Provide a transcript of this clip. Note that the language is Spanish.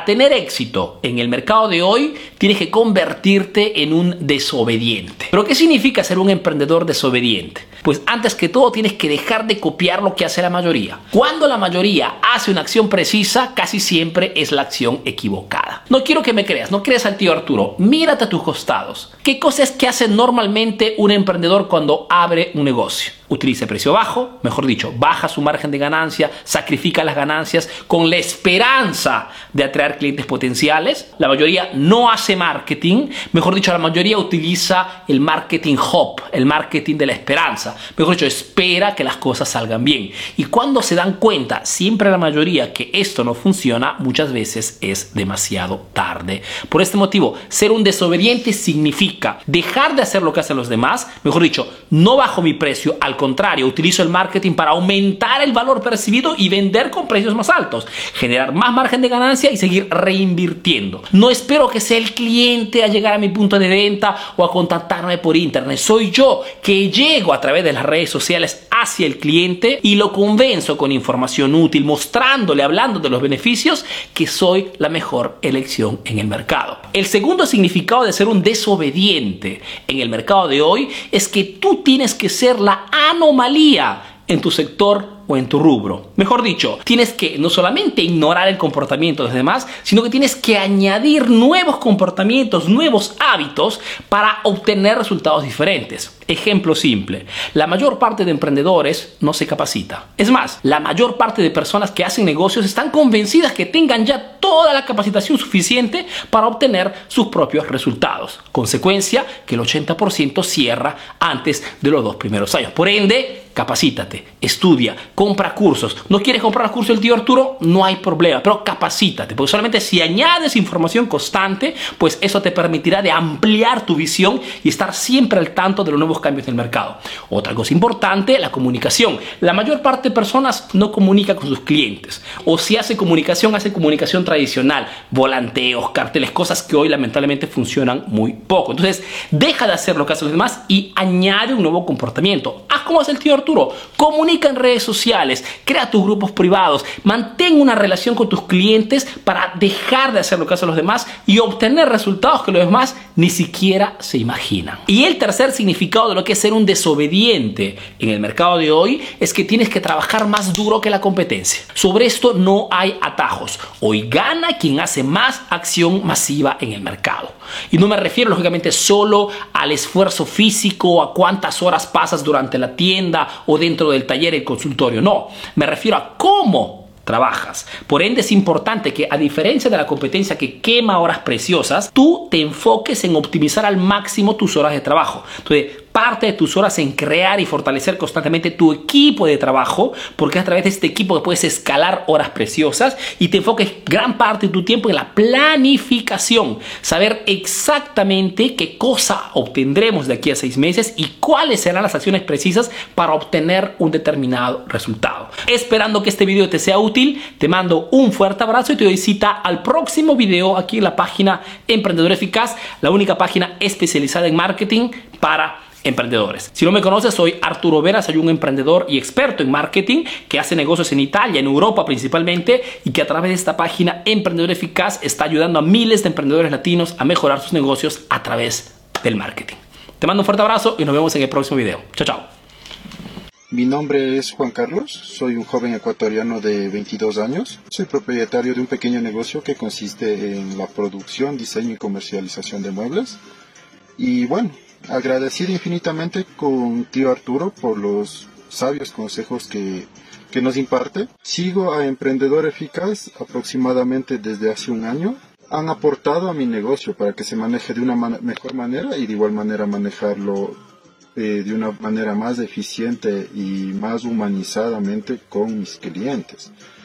tener éxito en el mercado de hoy, tienes que convertirte en un desobediente. ¿Pero qué significa ser un emprendedor desobediente? Pues antes que todo tienes que dejar de copiar lo que hace la mayoría. Cuando la mayoría hace una acción precisa, casi siempre es la acción equivocada. No quiero que me creas, no creas al tío Arturo. Mírate a tus costados. ¿Qué cosas que hace normalmente un emprendedor cuando abre un negocio? Utiliza precio bajo, mejor dicho, baja su margen de ganancia, sacrifica las ganancias con la esperanza de atraer clientes potenciales. La mayoría no hace marketing, mejor dicho, la mayoría utiliza el marketing hope, el marketing de la esperanza. Mejor dicho, espera que las cosas salgan bien. Y cuando se dan cuenta, siempre la mayoría, que esto no funciona, muchas veces es demasiado tarde. Por este motivo, ser un desobediente significa dejar de hacer lo que hacen los demás, mejor dicho, no bajo mi precio, al contrario, utilizo el marketing para aumentar el valor percibido y vender con precios más altos, generar más margen de ganancia y seguir reinvirtiendo. No espero que sea el cliente a llegar a mi punto de venta o a contactarme por internet. Soy yo que llego a través de las redes sociales hacia el cliente y lo convenzo con información útil, mostrándole, hablando de los beneficios, que soy la mejor elección en el mercado. El segundo significado de ser un desobediente en el mercado de hoy es que tú tienes que ser la anomalía en tu sector o en tu rubro. Mejor dicho, tienes que no solamente ignorar el comportamiento de los demás, sino que tienes que añadir nuevos comportamientos, nuevos hábitos para obtener resultados diferentes. Ejemplo simple, la mayor parte de emprendedores no se capacita. Es más, la mayor parte de personas que hacen negocios están convencidas que tengan ya toda la capacitación suficiente para obtener sus propios resultados. Consecuencia, que el 80% cierra antes de los 2 primeros años. Por ende, capacítate, estudia, compra cursos. ¿No quieres comprar los cursos del tío Arturo? No hay problema, pero capacítate, porque solamente si añades información constante, pues eso te permitirá de ampliar tu visión y estar siempre al tanto de los nuevos cambios del mercado. Otra cosa importante, la comunicación. La mayor parte de personas no comunica con sus clientes, o si hace comunicación tradicional, volanteos, carteles, cosas que hoy lamentablemente funcionan muy poco. Entonces, deja de hacer lo que hacen los demás y añade un nuevo comportamiento. Haz como hace el tío Arturo, comunica en redes sociales, crea tus grupos privados, mantén una relación con tus clientes para dejar de hacer lo que hacen los demás y obtener resultados que los demás ni siquiera se imaginan. Y el tercer significado de lo que es ser un desobediente en el mercado de hoy es que tienes que trabajar más duro que la competencia. Sobre esto no hay atajos. Hoy gana quien hace más acción masiva en el mercado. Y no me refiero lógicamente solo al esfuerzo físico, a cuántas horas pasas durante la tienda o dentro del taller, el consultorio. No, me refiero a cómo trabajas. Por ende, es importante que, a diferencia de la competencia que quema horas preciosas, tú te enfoques en optimizar al máximo tus horas de trabajo. Entonces, parte de tus horas en crear y fortalecer constantemente tu equipo de trabajo, porque es a través de este equipo que puedes escalar horas preciosas, y te enfoques gran parte de tu tiempo en la planificación, saber exactamente qué cosa obtendremos de aquí a 6 meses y cuáles serán las acciones precisas para obtener un determinado resultado. Esperando que este video te sea útil, te mando un fuerte abrazo y te doy cita al próximo video aquí en la página Emprendedor Eficaz, la única página especializada en marketing para emprendedores. Si no me conoces, soy Arturo Vera, soy un emprendedor y experto en marketing que hace negocios en Italia, en Europa principalmente, y que a través de esta página Emprendedor Eficaz está ayudando a miles de emprendedores latinos a mejorar sus negocios a través del marketing. Te mando un fuerte abrazo y nos vemos en el próximo video. Chao, chao. Mi nombre es Juan Carlos, soy un joven ecuatoriano de 22 años. Soy propietario de un pequeño negocio que consiste en la producción, diseño y comercialización de muebles. Y bueno, agradecido infinitamente con tío Arturo por los sabios consejos que nos imparte. Sigo a Emprendedor Eficaz aproximadamente desde hace un año. Han aportado a mi negocio para que se maneje de una mejor manera y de igual manera manejarlo de una manera más eficiente y más humanizadamente con mis clientes.